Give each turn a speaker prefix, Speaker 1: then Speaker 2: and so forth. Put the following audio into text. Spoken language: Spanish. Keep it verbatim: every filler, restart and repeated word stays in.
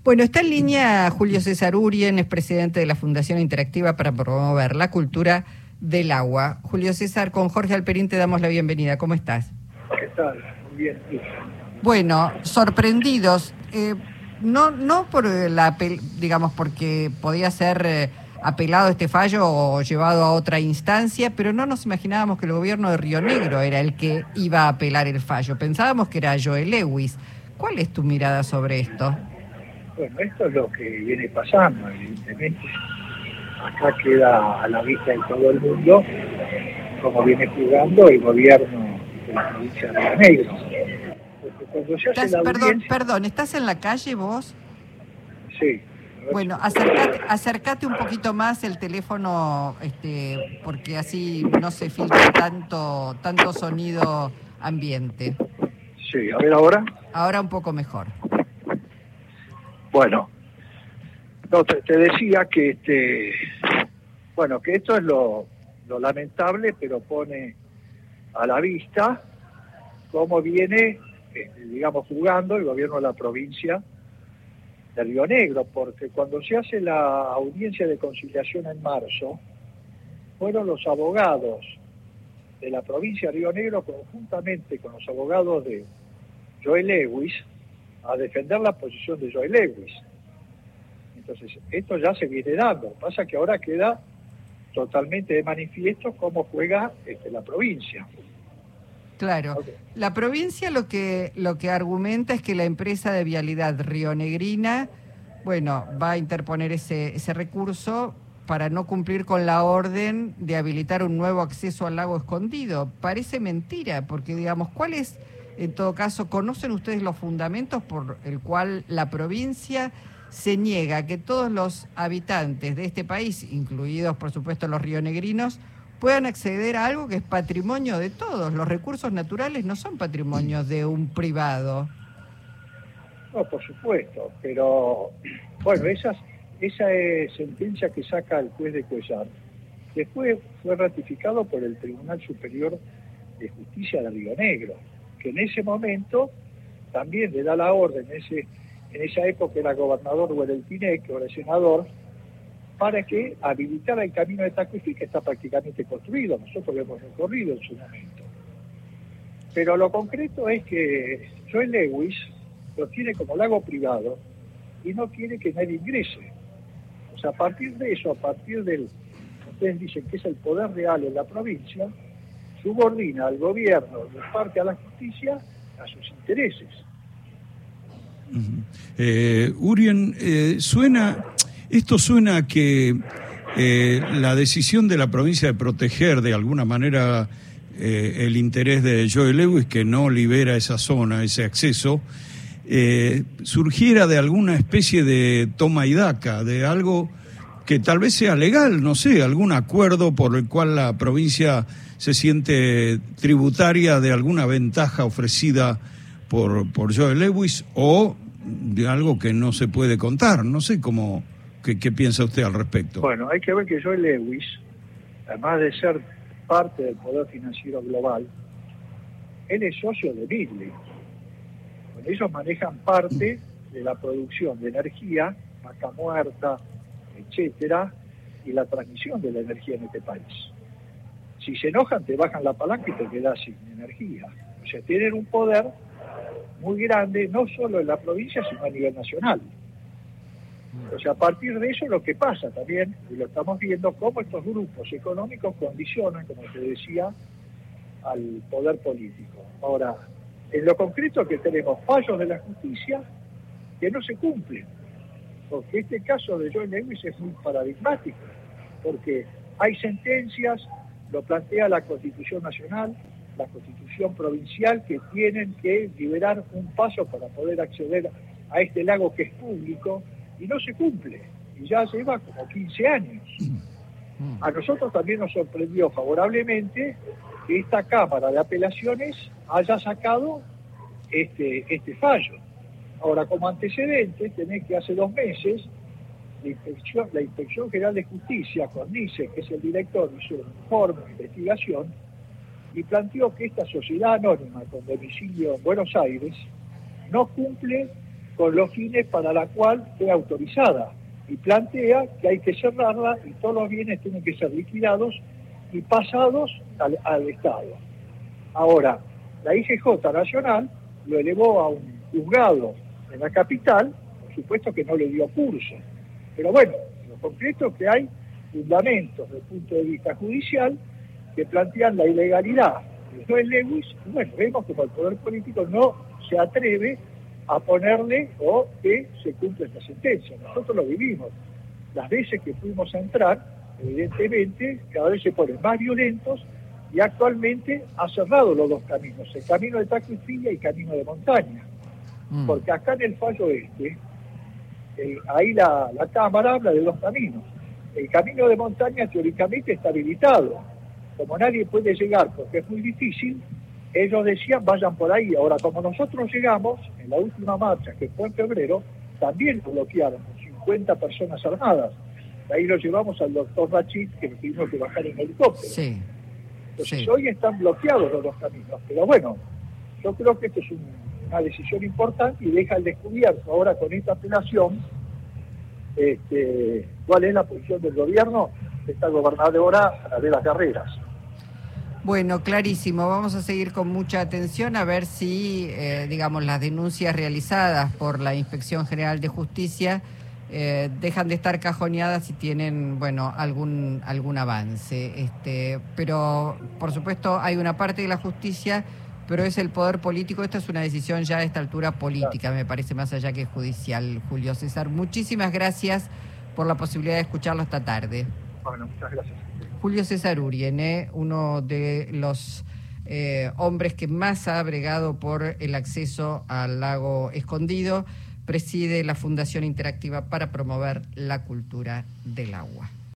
Speaker 1: Bueno, está en línea Julio César Urien, es presidente de la Fundación Interactiva para Promover la Cultura del Agua. Julio César, con Jorge Alperín te damos la bienvenida. ¿Cómo estás?
Speaker 2: ¿Qué tal? Muy bien.
Speaker 1: Bueno, sorprendidos, eh, no no por la digamos porque podía ser eh, apelado este fallo o llevado a otra instancia, pero no nos imaginábamos que el gobierno de Río Negro era el que iba a apelar el fallo. Pensábamos que era Joe Lewis. ¿Cuál es tu mirada sobre esto?
Speaker 2: Bueno, esto es lo que viene pasando, evidentemente. Acá queda a la vista de todo el mundo cómo viene jugando el gobierno de la provincia de Río Negro. Porque cuando se hace la
Speaker 1: perdón,
Speaker 2: audiencia...
Speaker 1: perdón, ¿estás en la calle vos?
Speaker 2: Sí.
Speaker 1: Bueno, acércate, acércate un poquito más el teléfono, este, porque así no se filtra tanto, tanto sonido ambiente.
Speaker 2: Sí, a ver ahora.
Speaker 1: Ahora un poco mejor.
Speaker 2: Bueno, no, te, te decía que este, bueno, que esto es lo, lo lamentable, pero pone a la vista cómo viene, este, digamos, jugando el gobierno de la provincia de Río Negro, porque cuando se hace la audiencia de conciliación en marzo, fueron los abogados de la provincia de Río Negro, conjuntamente con los abogados de Joe Lewis, a defender la posición de Joe Lewis. Entonces, esto ya se viene dando. Pasa que ahora queda totalmente de manifiesto cómo juega este, la provincia.
Speaker 1: Claro. Okay. La provincia lo que lo que argumenta es que la empresa de vialidad rionegrina, bueno, va a interponer ese, ese recurso para no cumplir con la orden de habilitar un nuevo acceso al lago escondido. Parece mentira, porque, digamos, ¿cuál es, en todo caso, conocen ustedes los fundamentos por el cual la provincia se niega a que todos los habitantes de este país, incluidos, por supuesto, los rionegrinos, puedan acceder a algo que es patrimonio de todos? Los recursos naturales no son patrimonio de un privado.
Speaker 2: No, por supuesto, pero bueno, esas, esa es sentencia que saca el juez de Cuellar después fue ratificado por el Tribunal Superior de Justicia de Río Negro, que en ese momento también le da la orden, en, ese, en esa época era gobernador Huereltiné, que ahora es senador, para que habilitara el camino de Tacuifí, que está prácticamente construido. Nosotros lo hemos recorrido en su momento. Pero lo concreto es que Joe Lewis lo tiene como lago privado y no quiere que nadie ingrese. O sea, a partir de eso, a partir del, ustedes dicen que es el poder real en la provincia, subordina al gobierno, de parte a la justicia, a sus intereses.
Speaker 3: Uh-huh. eh, Urien, eh, suena... Esto suena a que eh, la decisión de la provincia de proteger de alguna manera eh, el interés de Joe Lewis, que no libera esa zona, ese acceso, eh, surgiera de alguna especie de toma y daca, de algo que tal vez sea legal, no sé, algún acuerdo por el cual la provincia se siente tributaria de alguna ventaja ofrecida por, por Joe Lewis, o de algo que no se puede contar, no sé cómo... ¿Qué, ¿Qué piensa usted al respecto?
Speaker 2: Bueno, hay que ver que Joe Lewis, además de ser parte del poder financiero global, él es socio de Midley. Bueno, ellos manejan parte de la producción de energía, vaca muerta, etcétera, y la transmisión de la energía en este país. Si se enojan, te bajan la palanca y te quedas sin energía. O sea, tienen un poder muy grande, no solo en la provincia, sino a nivel nacional. O sea, a partir de eso lo que pasa también, y lo estamos viendo, cómo estos grupos económicos condicionan, como te decía, al poder político. Ahora, en lo concreto que tenemos fallos de la justicia que no se cumplen, porque este caso de Joe Lewis es muy paradigmático, porque hay sentencias, lo plantea la Constitución Nacional, la Constitución Provincial, que tienen que liberar un paso para poder acceder a este lago que es público, y no se cumple, y ya lleva como quince años. A nosotros también nos sorprendió favorablemente que esta Cámara de Apelaciones haya sacado este, este fallo. Ahora, como antecedente, tenés que hace dos meses la Inspección, la Inspección General de Justicia, con NICE, que es el director, hizo un informe de investigación y planteó que esta sociedad anónima con domicilio en Buenos Aires no cumple con los fines para la cual fue autorizada, y plantea que hay que cerrarla y todos los bienes tienen que ser liquidados y pasados al, al Estado. Ahora, la I G J Nacional lo elevó a un juzgado en la capital, por supuesto que no le dio curso, pero bueno, lo concreto es que hay fundamentos desde el punto de vista judicial que plantean la ilegalidad del juez Lewis, y bueno, vemos como el poder político no se atreve a ponerle o que se cumpla esta sentencia. Nosotros lo vivimos. Las veces que fuimos a entrar, evidentemente, cada vez se ponen más violentos y actualmente ha cerrado los dos caminos, el camino de Tacuipilla y el camino de montaña. Mm. Porque acá en el fallo este, eh, ahí la, la Cámara habla de dos caminos. El camino de montaña teóricamente está habilitado. Como nadie puede llegar porque es muy difícil, ellos decían vayan por ahí. Ahora, como nosotros llegamos en la última marcha, que fue en febrero, también lo bloquearon con cincuenta personas armadas. De ahí lo llevamos al doctor Rachid, que nos tuvimos que bajar en helicóptero.
Speaker 1: Sí.
Speaker 2: Entonces
Speaker 1: sí.
Speaker 2: hoy están bloqueados los dos caminos. Pero bueno, yo creo que esto es un, una decisión importante y deja al descubierto ahora con esta apelación este, cuál es la posición del gobierno de esta gobernadora de las Carreras.
Speaker 1: Bueno, clarísimo. Vamos a seguir con mucha atención a ver si, eh, digamos, las denuncias realizadas por la Inspección General de Justicia eh, dejan de estar cajoneadas y tienen, bueno, algún algún avance. Este, pero, por supuesto, hay una parte de la justicia, pero es el poder político. Esta es una decisión ya a esta altura política, me parece, más allá que judicial. Julio César, muchísimas gracias por la posibilidad de escucharlo esta tarde.
Speaker 2: Bueno, muchas gracias.
Speaker 1: Julio César Urien, ¿eh? uno de los eh, hombres que más ha bregado por el acceso al lago Escondido, preside la Fundación Interactiva para promover la cultura del agua.